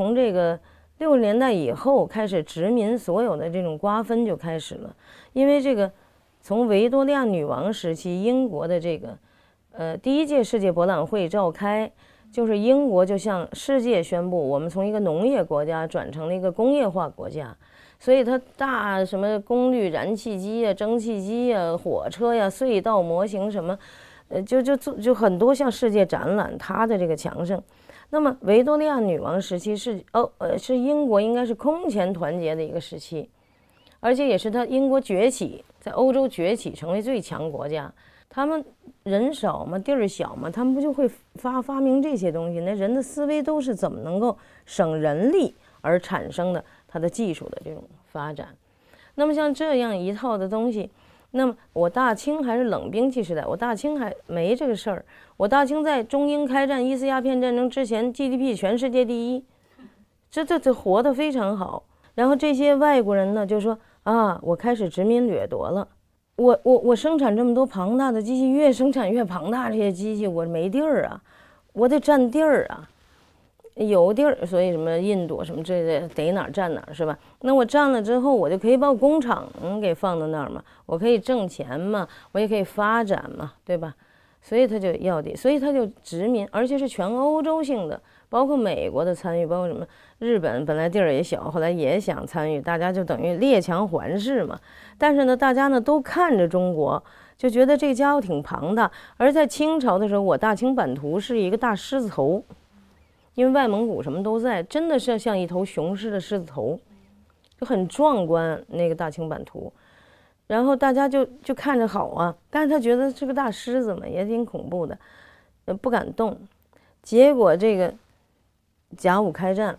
从这个60年代以后开始殖民，所有的这种瓜分就开始了。因为这个从维多利亚女王时期，英国的这个第1届世界博览会召开，就是英国就向世界宣布，我们从一个农业国家转成了一个工业化国家。所以它大什么功率燃气机呀、蒸汽机呀、火车呀、隧道模型什么，就很多向世界展览它的这个强盛。那么维多利亚女王时期是英国应该是空前团结的一个时期，而且也是它英国崛起，在欧洲崛起成为最强国家。他们人少嘛，地儿小嘛，他们不就会发明这些东西？那人的思维都是怎么能够省人力而产生的它的技术的这种发展。那么像这样一套的东西，那么我大清还是冷兵器时代，我大清还没这个事儿。我大清在中英开战、一次鸦片战争之前 GDP 全世界第一，这活得非常好。然后这些外国人呢就说啊，我开始殖民掠夺了，我生产这么多庞大的机器，越生产越庞大，这些机器我没地儿啊，我得占地儿啊。有地儿，所以什么印度什么这个得哪儿占哪儿是吧？那我占了之后，我就可以把工厂给放到那儿嘛，我可以挣钱嘛，我也可以发展嘛，对吧？所以他就要地，所以他就殖民，而且是全欧洲性的，包括美国的参与，包括什么日本本来地儿也小，后来也想参与，大家就等于列强环视嘛。但是呢，大家呢都看着中国，就觉得这家伙挺庞大。而在清朝的时候，我大清版图是一个大狮子头。因为外蒙古什么都在，真的是像一头雄狮的狮子头，就很壮观那个大清版图。然后大家就看着好啊，但是他觉得是个大狮子嘛，也挺恐怖的，不敢动。结果这个甲午开战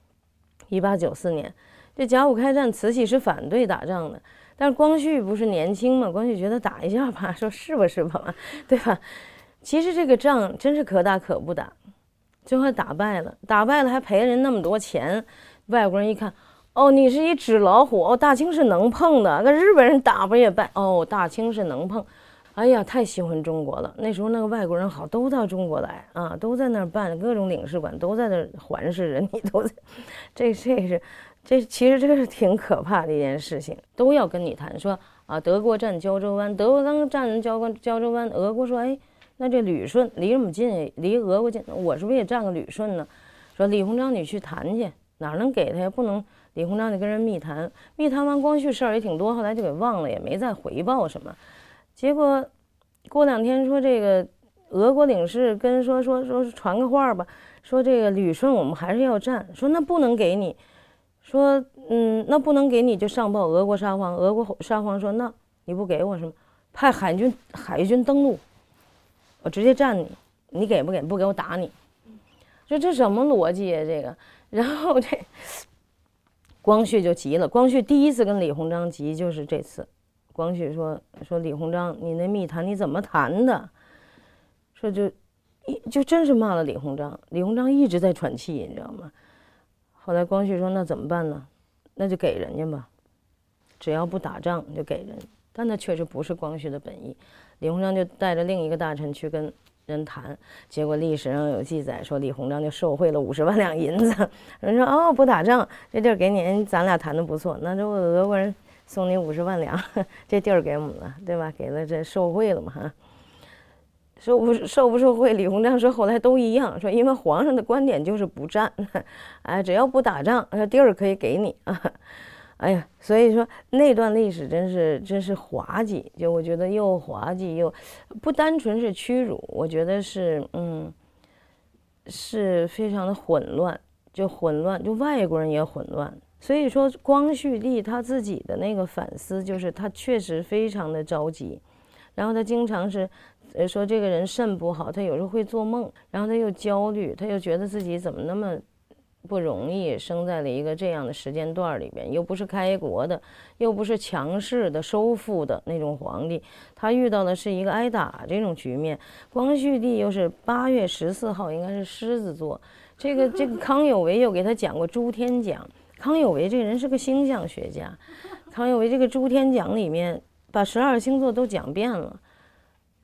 ，1894年，这甲午开战，慈禧是反对打仗的，但是光绪不是年轻嘛，光绪觉得打一架吧，说是吧是吧，对吧？其实这个仗真是可打可不打。最后打败了还赔人那么多钱。外国人一看，哦，你是一纸老虎，哦，大清是能碰的，跟日本人打不也败，哦，大清是能碰。哎呀，太喜欢中国了。那时候那个外国人好都到中国来啊，都在那儿办各种领事馆，都在那儿环视着你，都在。这其实这是挺可怕的一件事情，都要跟你谈说啊，德国占胶州湾，德国刚占胶州湾，俄国说，哎。那这旅顺离这么近，离俄国近，我是不是也占个旅顺呢？说李鸿章你去谈去，哪能给他呀？不能，李鸿章就跟人密谈，密谈完光绪事儿也挺多，后来就给忘了，也没再回报什么。结果过2天说这个俄国领事跟说传个话吧，说这个旅顺我们还是要占，说那不能给你，说那不能给你就上报俄国沙皇，俄国沙皇说那你不给我什么，派海军登陆。我直接占你，你给不给？不给我打你。这什么逻辑呀？这个，然后这光绪就急了。光绪第一次跟李鸿章急就是这次。光绪说李鸿章，你那密谈你怎么谈的？说就真是骂了李鸿章。李鸿章一直在喘气，你知道吗？后来光绪说那怎么办呢？那就给人家吧，只要不打仗就给人。但那确实不是光绪的本意。李鸿章就带着另一个大臣去跟人谈，结果历史上有记载说李鸿章就受贿了50万两银子。人说哦，不打仗，这地儿给你，咱俩谈的不错，那这俄国人送你50万两，这地儿给我们了，对吧？给了这受贿了嘛哈。受不受贿？李鸿章说后来都一样，说因为皇上的观点就是不战，哎，只要不打仗，地儿可以给你啊。哎呀，所以说那段历史真是滑稽，就我觉得又滑稽又不单纯是屈辱，我觉得是是非常的混乱，就外国人也混乱。所以说光绪帝他自己的那个反思，就是他确实非常的着急，然后他经常是说这个人肾不好，他有时候会做梦，然后他又焦虑，他又觉得自己怎么那么不容易生在了一个这样的时间段里边，又不是开国的，又不是强势的收复的那种皇帝，他遇到的是一个挨打这种局面。光绪帝又是8月14号，应该是狮子座。这个康有为又给他讲过诸天讲。康有为这个人是个星象学家，康有为这个诸天讲里面把12星座都讲遍了。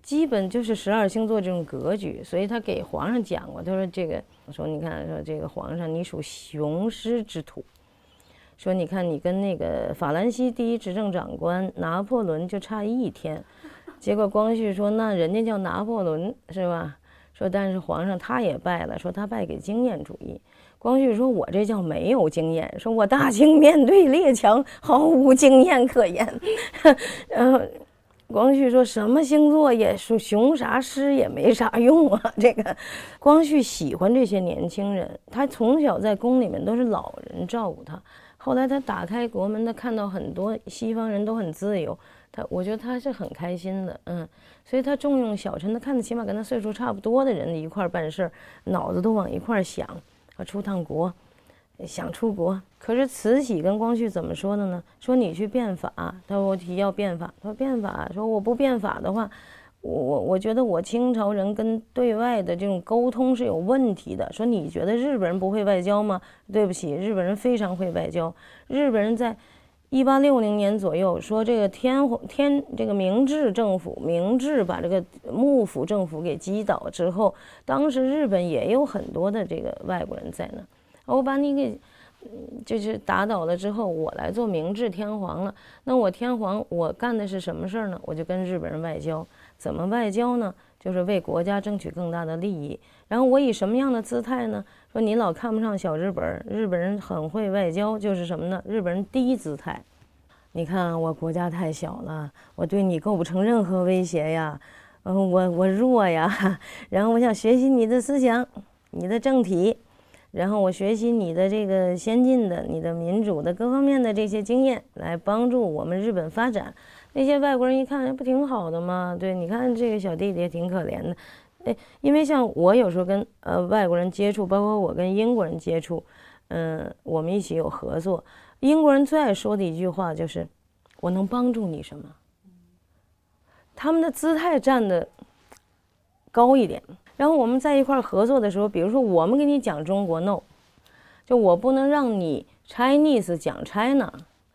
基本就是12星座这种格局，所以他给皇上讲过，他说这个说你看说这个皇上你属雄狮之土，说你看你跟那个法兰西第一执政长官拿破仑就差1天，结果光绪说那人家叫拿破仑是吧？说但是皇上他也败了，说他败给经验主义。光绪说我这叫没有经验，说我大清面对列强毫无经验可言。然后光绪说什么星座也说雄啥狮也没啥用啊。这个光绪喜欢这些年轻人，他从小在宫里面都是老人照顾他，后来他打开国门，他看到很多西方人都很自由，我觉得他是很开心的，所以他重用小臣，他看着起码跟他岁数差不多的人一块办事，脑子都往一块想，出趟国，想出国。可是慈禧跟光绪怎么说的呢？说你去变法，他说我提要变法，他说变法，说我不变法的话，我觉得我清朝人跟对外的这种沟通是有问题的。说你觉得日本人不会外交吗？对不起，日本人非常会外交。日本人在1860年左右说这个这个明治政府，明治把这个幕府政府给击倒之后，当时日本也有很多的这个外国人在那，我把你给就是打倒了之后，我来做明治天皇了。那我天皇我干的是什么事儿呢？我就跟日本人外交。怎么外交呢？就是为国家争取更大的利益。然后我以什么样的姿态呢？说你老看不上小日本，日本人很会外交，就是什么呢？日本人低姿态。你看我国家太小了，我对你构不成任何威胁呀，我弱呀。然后我想学习你的思想，你的政体，然后我学习你的这个先进的、你的民主的各方面的这些经验，来帮助我们日本发展。那些外国人一看，不挺好的吗？对，你看这个小弟弟也挺可怜的。因为像我有时候跟外国人接触，包括我跟英国人接触，我们一起有合作。英国人最爱说的一句话就是我能帮助你什么。他们的姿态站得高一点，然后我们在一块合作的时候，比如说我们给你讲中国 no， 就我不能让你 Chinese 讲 China，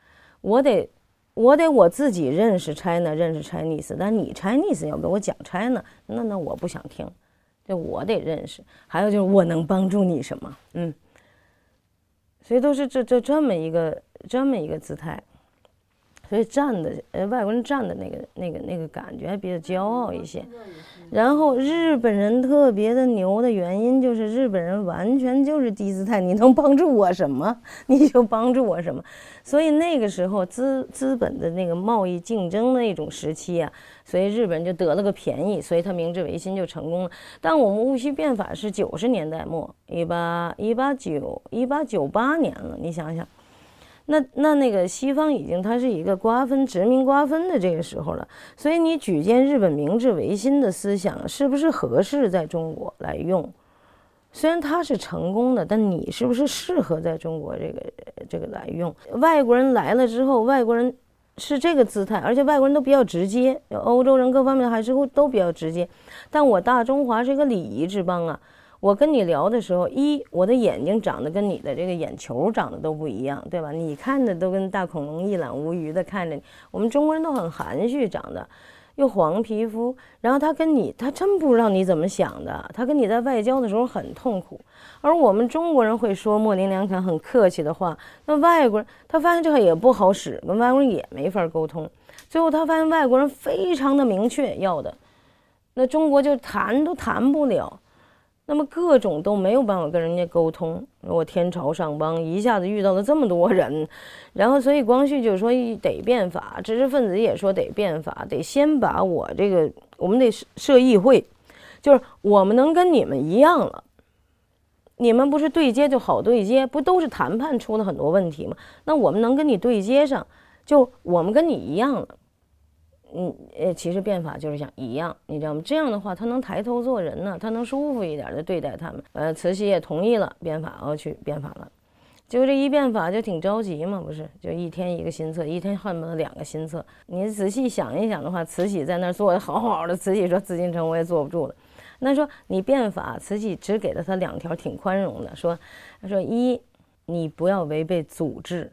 我自己认识 China 认识 Chinese， 但你 Chinese 要给我讲 China， 那我不想听，就我得认识。还有就是我能帮助你什么，所以都是这么一个姿态。所以站的外国人站的那个感觉还比较骄傲一些。然后日本人特别的牛的原因就是日本人完全就是低姿态，你能帮助我什么你就帮助我什么。所以那个时候资本的那个贸易竞争的那种时期啊，所以日本人就得了个便宜，所以他明治维新就成功了。但我们戊戌变法是90年代末1898年了，你想想。那个西方已经它是一个殖民瓜分的这个时候了，所以你举荐日本明治维新的思想是不是合适在中国来用？虽然它是成功的，但你是不是适合在中国这个来用？外国人来了之后，外国人是这个姿态，而且外国人都比较直接，欧洲人各方面还是都比较直接。但我大中华是一个礼仪之邦啊。我跟你聊的时候，我的眼睛长得跟你的这个眼球长得都不一样，对吧？你看着都跟大恐龙一览无余的看着你。我们中国人都很含蓄，长得又黄皮肤，然后他真不知道你怎么想的，他跟你在外交的时候很痛苦。而我们中国人会说模棱两可很客气的话，那外国人他发现这个也不好使，跟外国人也没法沟通。最后他发现外国人非常的明确要的，那中国就谈都谈不了。那么各种都没有办法跟人家沟通，我天朝上邦一下子遇到了这么多人，然后所以光绪就说得变法，知识分子也说得变法，得先把我们得设议会，就是我们能跟你们一样了，你们不是对接就好对接，不都是谈判出了很多问题吗？那我们能跟你对接上，就我们跟你一样了。其实变法就是想一样，你知道吗？这样的话，他能抬头做人呢，他能舒服一点的对待他们。慈禧也同意了变法，去变法了。结果这一变法就挺着急嘛，不是？就一天一个新册，一天恨不得2个新册。你仔细想一想的话，慈禧在那儿做的好好的，慈禧说紫禁城我也坐不住了。那说你变法，慈禧只给了他2条挺宽容的，说一，你不要违背祖制。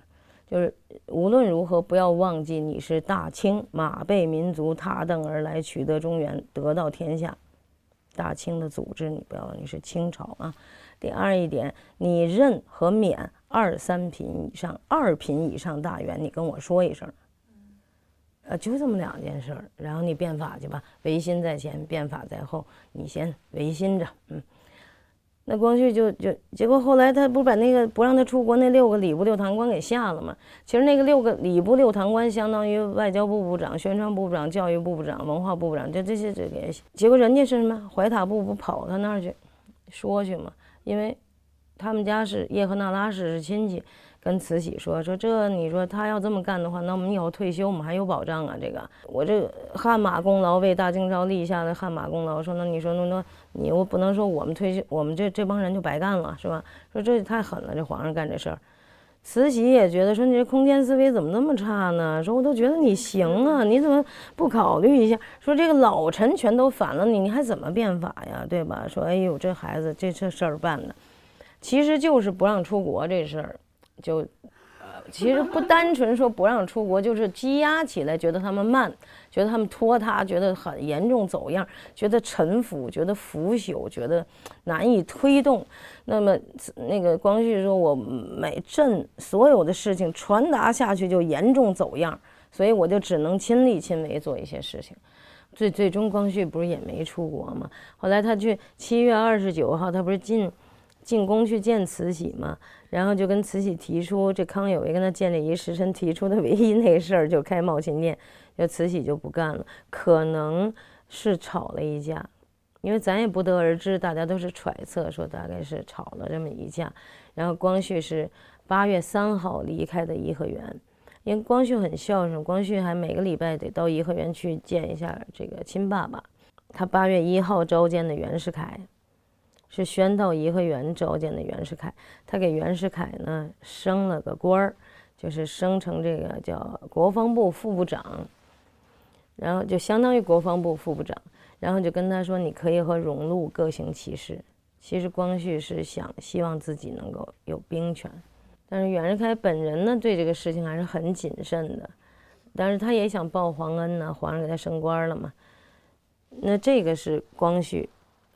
就是无论如何不要忘记你是大清，马背民族踏蹬而来，取得中原，得到天下。大清的组织你不要忘记是清朝啊。第二一点，你任和免2、3品以上，2品以上大员你跟我说一声，就这么2件事儿。然后你变法去吧，维新在前，变法在后，你先维新着。那光绪结果后来他不把那个不让他出国那6个礼部6堂官给下了吗？其实那个6个礼部6堂官相当于外交部部长、宣传部部长、教育部部长、文化部部长，这些给。结果人家是什么？怀塔部不跑他那儿去说去吗？因为他们家是叶赫那拉氏是亲戚，跟慈禧说这你说他要这么干的话，那我们以后退休我们还有保障啊。这个我这汗马功劳为大清朝立下的汗马功劳，说那你说那你又不能说我们退休，我们这帮人就白干了是吧？说这太狠了，这皇上干这事儿。慈禧也觉得说你这空间思维怎么那么差呢？说我都觉得你行啊，你怎么不考虑一下？说这个老臣全都反了你还怎么变法呀？对吧？说哎呦这孩子这事儿办的，其实就是不让出国这事儿，就其实不单纯说不让出国，就是积压起来，觉得他们慢，觉得他们拖沓，觉得很严重走样，觉得陈腐，觉得腐朽，觉得难以推动。那么那个光绪说，我每朕所有的事情传达下去就严重走样，所以我就只能亲力亲为做一些事情。最终光绪不是也没出国吗？后来他去7月29号，他不是进宫去见慈禧嘛，然后就跟慈禧提出，这康有为跟他建立一时辰提出的唯一那事儿，就开茂勤殿，就慈禧就不干了，可能是吵了一架，因为咱也不得而知，大家都是揣测说大概是吵了这么一架。然后光绪是8月3号离开的颐和园，因为光绪很孝顺，光绪还每个礼拜得到颐和园去见一下这个亲爸爸。他8月1号召见的袁世凯。是宣到颐和园召见的袁世凯，他给袁世凯呢升了个官儿，就是升成这个叫国防部副部长，然后就相当于国防部副部长，然后就跟他说你可以和荣禄各行其事。其实光绪是希望自己能够有兵权，但是袁世凯本人呢对这个事情还是很谨慎的，但是他也想报皇恩呢，皇上给他升官了嘛。那这个是光绪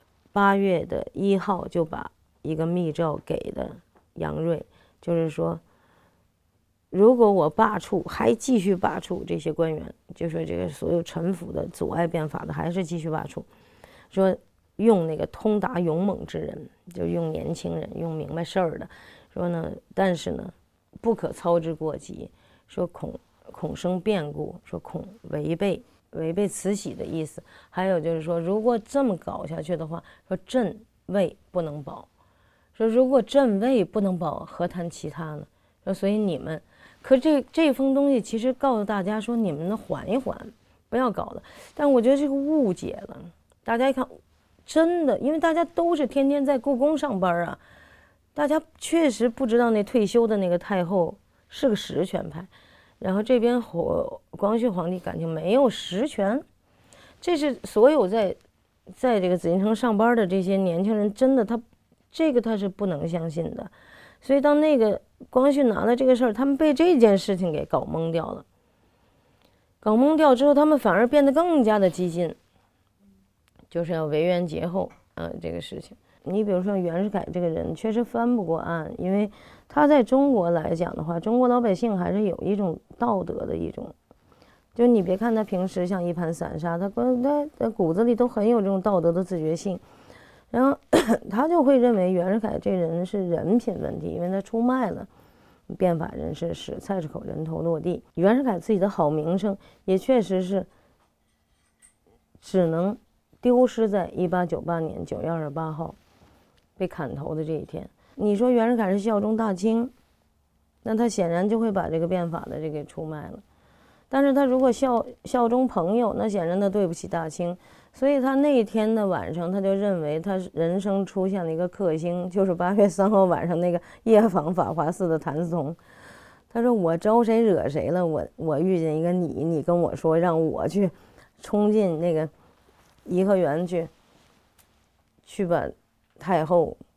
8月1号就把一个密诏给的杨锐，就是说，如果我罢黜，还继续罢黜这些官员，就说这个所有臣服的、阻碍变法的，还是继续罢黜。说用那个通达勇猛之人，就用年轻人，用明白事儿的。说呢，但是呢，不可操之过急。说恐生变故，说恐违背慈禧的意思。还有就是说，如果这么搞下去的话，说朕位不能保。说如果朕位不能保，何谈其他呢？说所以你们，可这封东西其实告诉大家说，你们能缓一缓，不要搞了。但我觉得这个误解了。大家一看，真的，因为大家都是天天在故宫上班啊，大家确实不知道那退休的那个太后是个实权派。然后这边光绪皇帝感情没有实权，这是所有在这个紫禁城上班的这些年轻人，真的他是不能相信的。所以当那个光绪拿了这个事儿，他们被这件事情给搞懵掉了。搞懵掉之后，他们反而变得更加的激进，就是要为冤节后这个事情。你比如说袁世凯这个人确实翻不过岸，因为他在中国来讲的话，中国老百姓还是有一种道德的一种，就你别看他平时像一盘散沙，他骨子里都很有这种道德的自觉性。然后他就会认为袁世凯这人是人品问题，因为他出卖了变法人士，使菜市口人头落地。袁世凯自己的好名声也确实是只能丢失在1898年9月28号被砍头的这一天。你说袁世凯是效忠大清，那他显然就会把这个变法的这个出卖了。但是他如果效忠朋友，那显然他对不起大清。所以他那一天的晚上，他就认为他人生出现了一个克星，就是8月3号晚上那个夜访法华寺的谭嗣同。他说我招谁惹谁了，我遇见一个你跟我说让我去冲进那个颐和园去把太后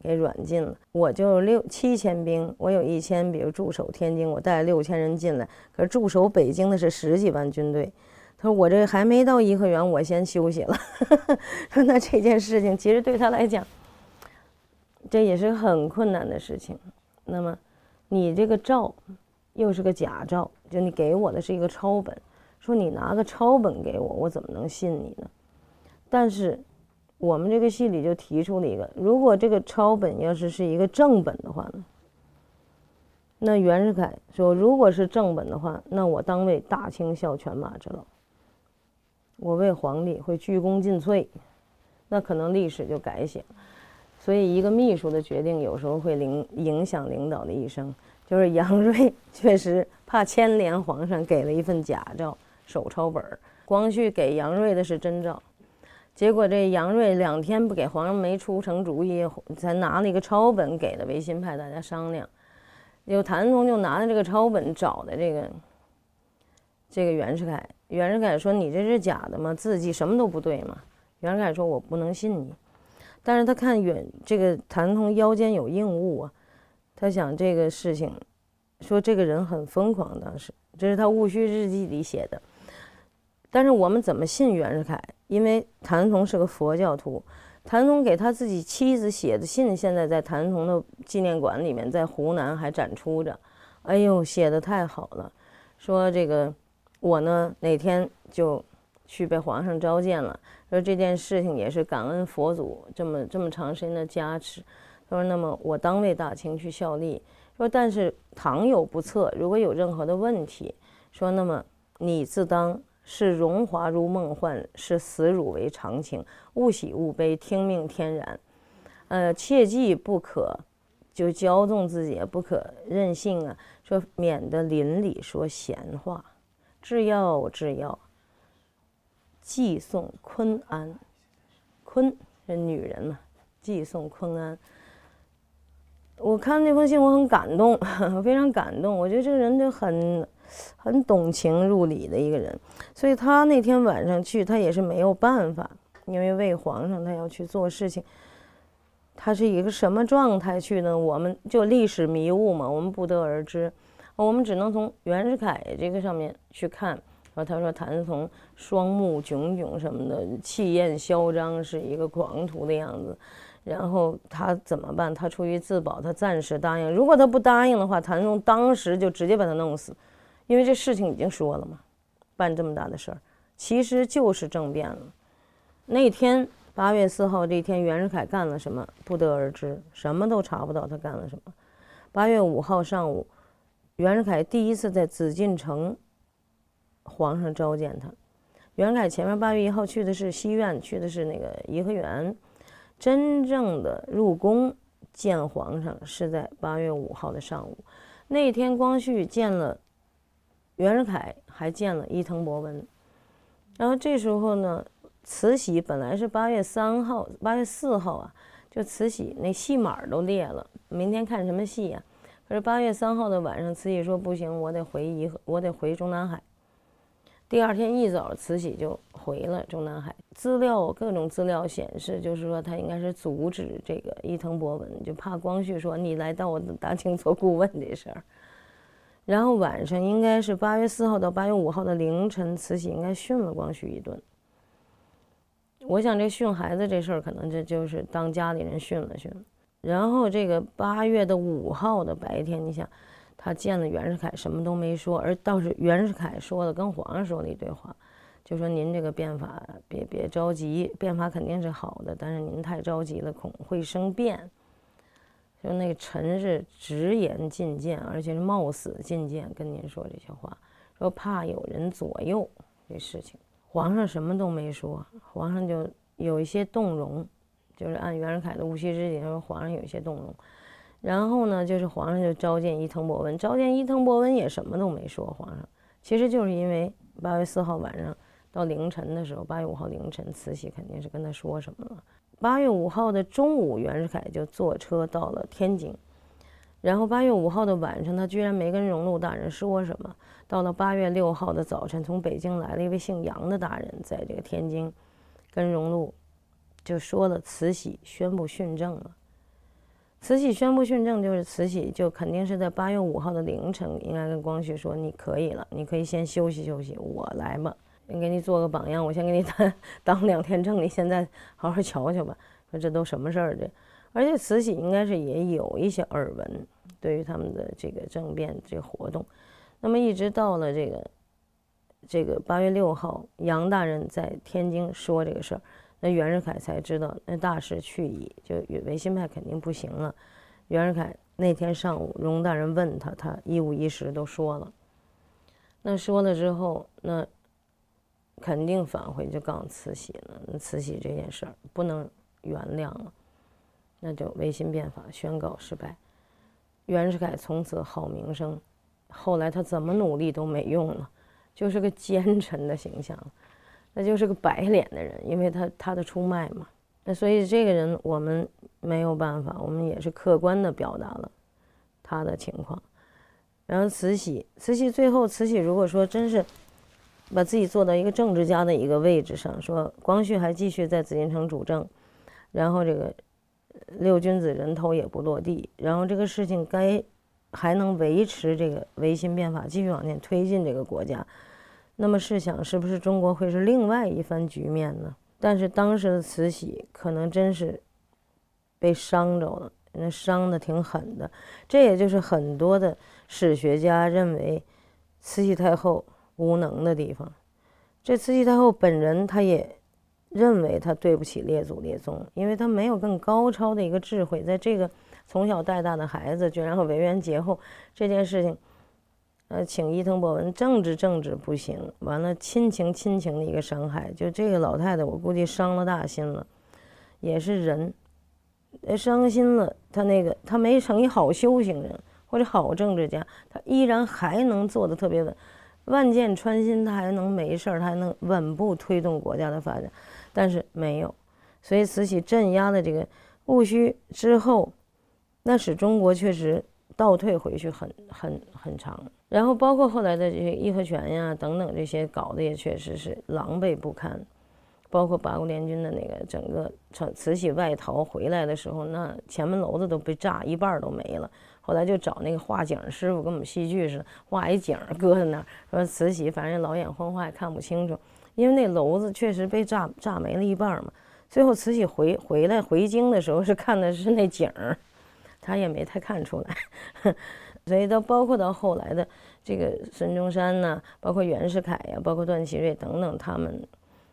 给软禁了。我就7000兵，我有1000，比如驻守天津，我带6000人进来，可是驻守北京的是10几万军队。他说我这还没到颐和园，我先休息了。说那这件事情其实对他来讲，这也是很困难的事情。那么你这个诏又是个假诏，就你给我的是一个抄本，说你拿个抄本给我，我怎么能信你呢？但是我们这个戏里就提出了一个，如果这个抄本要是一个正本的话呢，那袁世凯说，如果是正本的话，那我当为大清效犬马之劳，我为皇帝会鞠躬尽瘁，那可能历史就改写了。所以一个秘书的决定有时候会影响领导的一生。就是杨锐确实怕牵连皇上，给了一份假诏手抄本，光绪给杨锐的是真诏。结果这杨锐2天不给皇上没出成主意，才拿了一个抄本给了维新派大家商量。有谭嗣同就拿着这个抄本找的这个袁世凯，袁世凯说你这是假的吗？字迹什么都不对嘛。袁世凯说我不能信你。但是他看这个谭嗣同腰间有硬物啊，他想这个事情，说这个人很疯狂，当时这是他戊戌日记里写的。但是我们怎么信袁世凯？因为谭嗣同是个佛教徒，谭嗣同给他自己妻子写的信，现在在谭嗣同的纪念馆里面，在湖南还展出着。哎呦，写的太好了！说这个我呢哪天就去被皇上召见了，说这件事情也是感恩佛祖这么长时间的加持。他说那么我当为大清去效力，说但是倘有不测，如果有任何的问题，说那么你自当是荣华如梦幻，是死辱为常情，勿喜勿悲，听命天然。切记不可就骄纵自己，不可任性啊，说免得邻里说闲话。制药寄送坤安，坤是女人嘛，寄送坤安。我看那封信我很感动，非常感动。我觉得这个人就很懂情入理的一个人，所以他那天晚上去，他也是没有办法，因为皇上他要去做事情。他是一个什么状态去呢？我们就历史迷雾嘛，我们不得而知，我们只能从袁世凯这个上面去看。然后他说谭嗣同双目炯炯什么的，气焰嚣张，是一个狂徒的样子。然后他怎么办？他出于自保，他暂时答应。如果他不答应的话，谭嗣同当时就直接把他弄死，因为这事情已经说了嘛，办这么大的事儿，其实就是政变了。那天8月4号这一天，袁世凯干了什么不得而知，什么都查不到他干了什么。8月5号上午，袁世凯第一次在紫禁城，皇上召见他。袁世凯前面8月1号去的是西苑，去的是那个颐和园。真正的入宫见皇上是在8月5号的上午。那天光绪见了袁世凯，还见了伊藤博文。然后这时候呢，慈禧本来是8月3号、8月4号啊，就慈禧那戏码都列了，明天看什么戏呀？可是8月3号的晚上，慈禧说不行，我得回中南海。第二天一早，慈禧就回了中南海。各种资料显示，就是说他应该是阻止这个伊藤博文，就怕光绪说你来到我的大清做顾问这事儿。然后晚上应该是8月4号到8月5号的凌晨，慈禧应该训了光绪一顿。我想这训孩子这事儿，可能这就是当家里人训了训。然后这个8月5号的白天，你想。他见了袁世凯，什么都没说，而倒是袁世凯说了，跟皇上说了一堆话，就说您这个变法别着急，变法肯定是好的，但是您太着急了，恐会生变。就那个臣是直言进谏，而且是冒死进谏，跟您说这些话，说怕有人左右这事情。皇上什么都没说，皇上就有一些动容，就是按袁世凯的戊戌日记说，皇上有一些动容。然后呢，就是皇上就召见伊藤博文，召见伊藤博文也什么都没说。皇上其实就是因为8月4号晚上到凌晨的时候，8月5号凌晨，慈禧肯定是跟他说什么了。8月5号的中午，袁世凯就坐车到了天津。然后8月5号的晚上，他居然没跟荣禄大人说什么。到了8月6号的早晨，从北京来了一位姓杨的大人，在这个天津跟荣禄就说了慈禧宣布训政了。 慈禧宣布训政，就是慈禧就肯定是在8月5号的凌晨，应该跟光绪说：“你可以了，你可以先休息休息，我来吧，先给你做个榜样，我先给你当2天正，你现在好好瞧瞧吧。”说这都什么事儿这？而且慈禧应该是也有一些耳闻，对于他们的这个政变这个活动。那么一直到了这个8月6号，杨大人在天津说这个事儿。那袁世凯才知道那大势去矣，就维新派肯定不行了。袁世凯那天上午，荣大人问他，他一五一十都说了。那说了之后，那肯定返回就告诉慈禧了。那慈禧这件事儿不能原谅了，那就维新变法宣告失败。袁世凯从此好名声，后来他怎么努力都没用了，就是个奸臣的形象。那就是个白脸的人，因为他的出卖嘛。那所以这个人我们没有办法，我们也是客观的表达了他的情况。然后慈禧最后，慈禧如果说真是把自己做到一个政治家的一个位置上，说光绪还继续在紫禁城主政，然后这个六君子人头也不落地，然后这个事情还能维持这个维新变法继续往前推进这个国家。那么试想，是不是中国会是另外一番局面呢？但是当时的慈禧可能真是被伤着了，那伤的挺狠的。这也就是很多的史学家认为慈禧太后无能的地方。这慈禧太后本人，她也认为她对不起列祖列宗，因为她没有更高超的一个智慧，在这个从小带大的孩子居然和为人节后这件事情。请伊藤博文，政治不行，完了亲情的一个伤害，就这个老太太，我估计伤了大心了，也是人，伤心了，她没成一好修行人或者好政治家，她依然还能做得特别稳，万箭穿心，她还能没事，她还能稳步推动国家的发展，但是没有，所以慈禧镇压了这个戊戌之后，那使中国确实倒退回去很长。然后包括后来的这些义和拳呀等等，这些搞得也确实是狼狈不堪。包括八国联军的那个整个慈禧外逃回来的时候，那前门楼子都被炸一半都没了。后来就找那个画景师傅，跟我们戏剧似的，画一景搁在那儿，说慈禧反正老眼昏花也看不清楚，因为那楼子确实被炸没了一半嘛。最后慈禧回来回京的时候是看的是那景儿，他也没太看出来。所以包括到后来的这个孙中山呐，包括袁世凯呀，包括段祺瑞等等，他们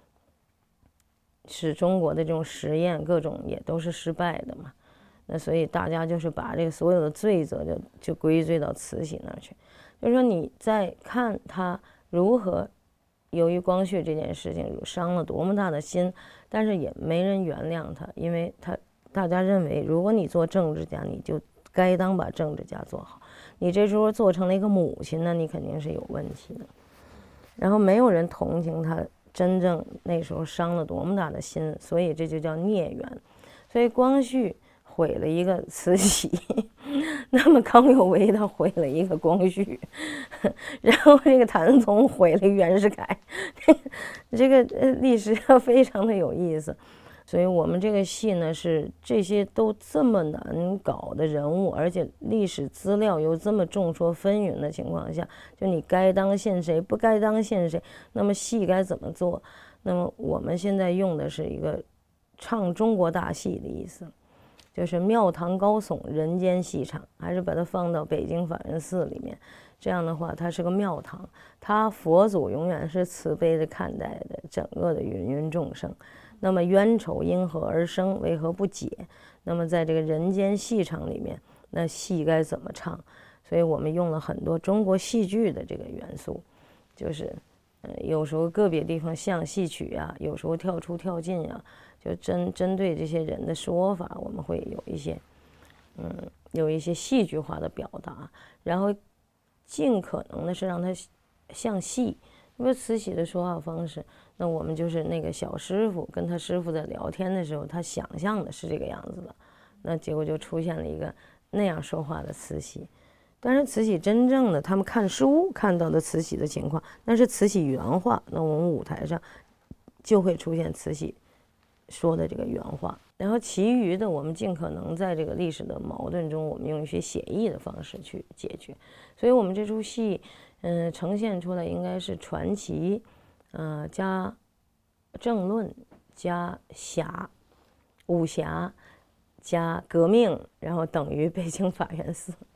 使中国的这种实验各种也都是失败的嘛。那所以大家就是把这个所有的罪责就归罪到慈禧那儿去，就是说你在看他如何由于光绪这件事情伤了多么大的心，但是也没人原谅他，因为大家认为如果你做政治家，你就该当把政治家做好，你这时候做成了一个母亲，那你肯定是有问题的。然后没有人同情他真正那时候伤了多么大的心，所以这就叫孽缘。所以光绪毁了一个慈禧，那么康有为他毁了一个光绪，然后这个谭松毁了袁世凯，这个历史非常的有意思。所以我们这个戏呢，是这些都这么难搞的人物，而且历史资料又这么众说纷纭的情况下，就你该当信谁，不该当信谁，那么戏该怎么做？那么我们现在用的是一个唱中国大戏的意思，就是庙堂高耸，人间戏场，还是把它放到北京法源寺里面。这样的话，它是个庙堂，它佛祖永远是慈悲的看待的整个的芸芸众生。那么冤仇因何而生？为何不解？那么在这个人间戏场里面，那戏该怎么唱？所以我们用了很多中国戏剧的这个元素，就是有时候个别地方像戏曲啊，有时候跳出跳进啊，就针对这些人的说法，我们会有一些戏剧化的表达，然后尽可能的是让它像戏。因为慈禧的说话方式，那我们就是那个小师傅跟他师傅在聊天的时候，他想象的是这个样子的，那结果就出现了一个那样说话的慈禧。但是慈禧真正的他们看书看到的慈禧的情况，那是慈禧原话，那我们舞台上就会出现慈禧说的这个原话。然后其余的我们尽可能在这个历史的矛盾中，我们用一些写意的方式去解决。所以我们这出戏，呈现出来应该是传奇，加政论加武侠加革命，然后等于北京法源寺。